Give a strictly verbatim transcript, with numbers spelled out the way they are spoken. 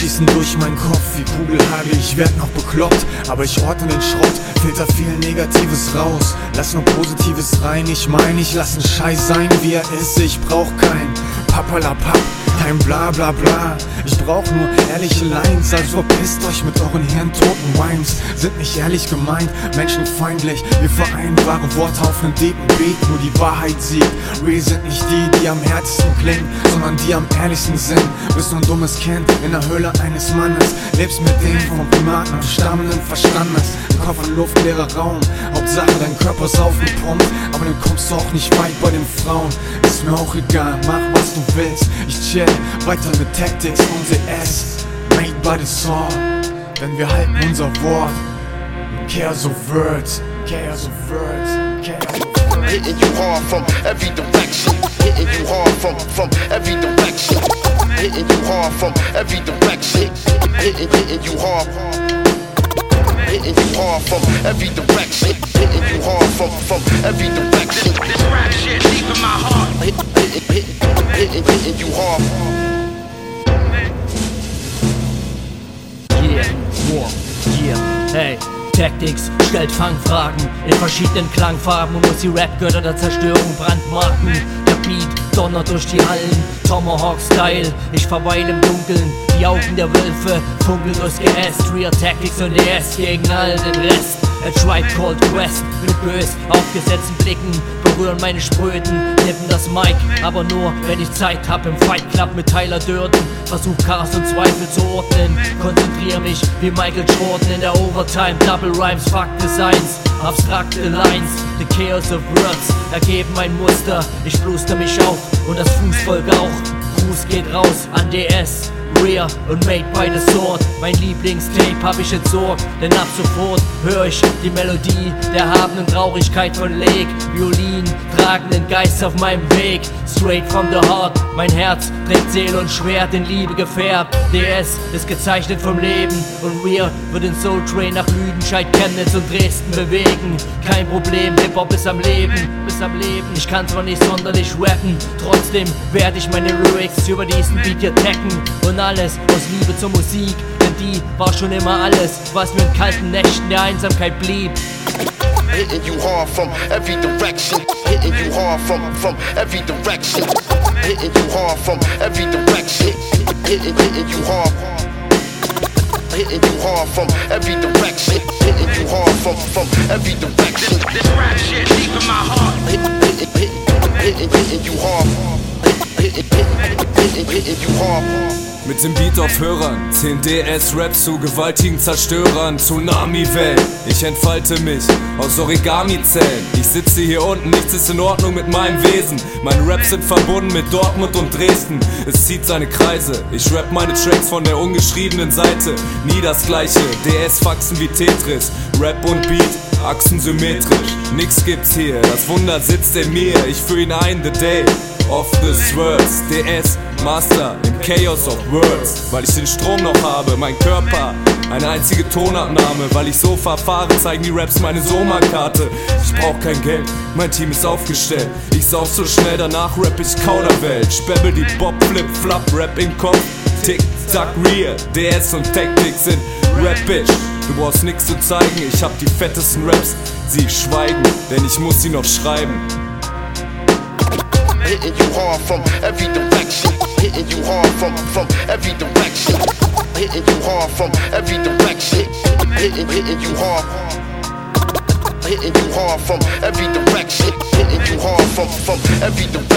schießen durch meinen Kopf wie Kugelhagel, ich werd noch bekloppt, aber ich ordne den Schrott, filter viel Negatives raus, lass nur Positives rein. Ich mein, ich lass den Scheiß sein, wie er ist, ich brauch kein Papperlapapp, kein bla bla bla. Ich brauch nur ehrliche Lines, also verpisst euch mit euren hirntoten Rhymes. Sind nicht ehrlich gemeint, menschenfeindlich, wir vereinen wahre Worte auf nem deepen Beat, nur die Wahrheit siegt. Real sind nicht die, die am härtesten klingen, sondern die am ehrlichsten sind. Bist nur ein dummes Kind in der Höhle eines Mannes, lebst mit dem vom Primaten und stammenden Verstandes. Kopf und Luft, leerer Raum, Hauptsache dein Körper ist aufgepumpt, aber dann kommst du auch nicht weit bei den Frauen. Ist mir auch egal, mach was du willst, ich chill weiter mit Tactics und D S, made by the sword, denn wir halten unser Wort. Chaos of words, chaos of words, chaos of words. Hitting you hard from every direction, hitting you hard from, from every direction, hitting you hard from every direction, hitting, hitting you hard, hitting you hard from every direction, hitting you hard from, from every direction. This rap shit deep in my heart, hitting, hitting, hitting, hitting you hard. Yeah, wow, yeah, hey. Tactics stellt Fangfragen in verschiedenen Klangfarben und muss die Rap-Götter der Zerstörung brandmarken. Der Beat donnert durch die Hallen, Tomahawk-Style, ich verweile im Dunkeln. Die Augen der Wölfe funkeln durchs Geäst. Real Tactics und D S gegen all den Rest. A Tribe Called Quest mit bös aufgesetzten Blicken berühren meine spröden Lippen das Mic, aber nur wenn ich Zeit hab im Fight Club mit Tyler Durden. Versuch Chaos und Zweifel zu ordnen, konzentriere mich wie Michael Jordan in der Overtime. Double Rhymes, Fuck Designs, abstrakte Lines, the Chaos of Words ergeben ein Muster. Ich bluster mich auf und das Fußvolk auch. Gruß geht raus an D S, Rare und Made by the Sword. Mein Lieblingstape hab ich entsorgt, denn ab sofort hör ich die Melodie der erhabenen Traurigkeit von Lake. Violin tragen den Geist auf meinem Weg, straight from the heart. Mein Herz trägt Seele und Schwert in Liebe gefärbt. D S ist gezeichnet vom Leben und Rare wird den Soul Train nach Lüdenscheid, Chemnitz und Dresden bewegen. Kein Problem, Hip-Hop ist am Leben, ist am Leben. Ich kann zwar nicht sonderlich rappen, trotzdem werde ich meine Lyrics über diesen Beat hier tacken. Und alles aus Liebe zur Musik, denn die war schon immer alles, was mir in kalten Nächten der Einsamkeit blieb. Hitting you hard from every direction, hitting you hard from, from every direction, hitting you hard from every direction, hitting, hitting you hard, hitting you hard from every direction, hitting you hard from, from every direction. This, this rap shit deep in my heart, hitting, hitting, hitting, hitting you hard, hitting, hitting, hitting you hard. Mit dem Beat auf Hörern, zehn D S-Rap zu gewaltigen Zerstörern, Tsunami-Wellen. Ich entfalte mich aus Origami-Zellen. Ich sitze hier unten, nichts ist in Ordnung mit meinem Wesen. Meine Raps sind verbunden mit Dortmund und Dresden. Es zieht seine Kreise, ich rap meine Tracks von der ungeschriebenen Seite. Nie das gleiche, D S-Faxen wie Tetris. Rap und Beat, Achsen symmetrisch. Nix gibt's hier, das Wunder sitzt in mir. Ich führe ihn ein, the day of the words. D S Master im Chaos of Words, weil ich den Strom noch habe, mein Körper eine einzige Tonabnahme, weil ich so verfahre, zeigen die Raps meine Soma-Karte. Ich brauch kein Geld, mein Team ist aufgestellt. Ich sauf so schnell, danach rap ich Kauderwelt. Spebbel die Bob, Flip, Flap, Rap im Kopf. Tick, Tack, Real, D S und Tactics sind Rap-Bitch. Du brauchst nix zu zeigen, ich hab die fettesten Raps. Sie schweigen, denn ich muss sie noch schreiben. Hitting you hard from every direction, hitting you hard from, from every direction, hitting you hard from every direction, hitting, hitting you hard, hitting you hard from every direction, hitting you hard from, from every direction.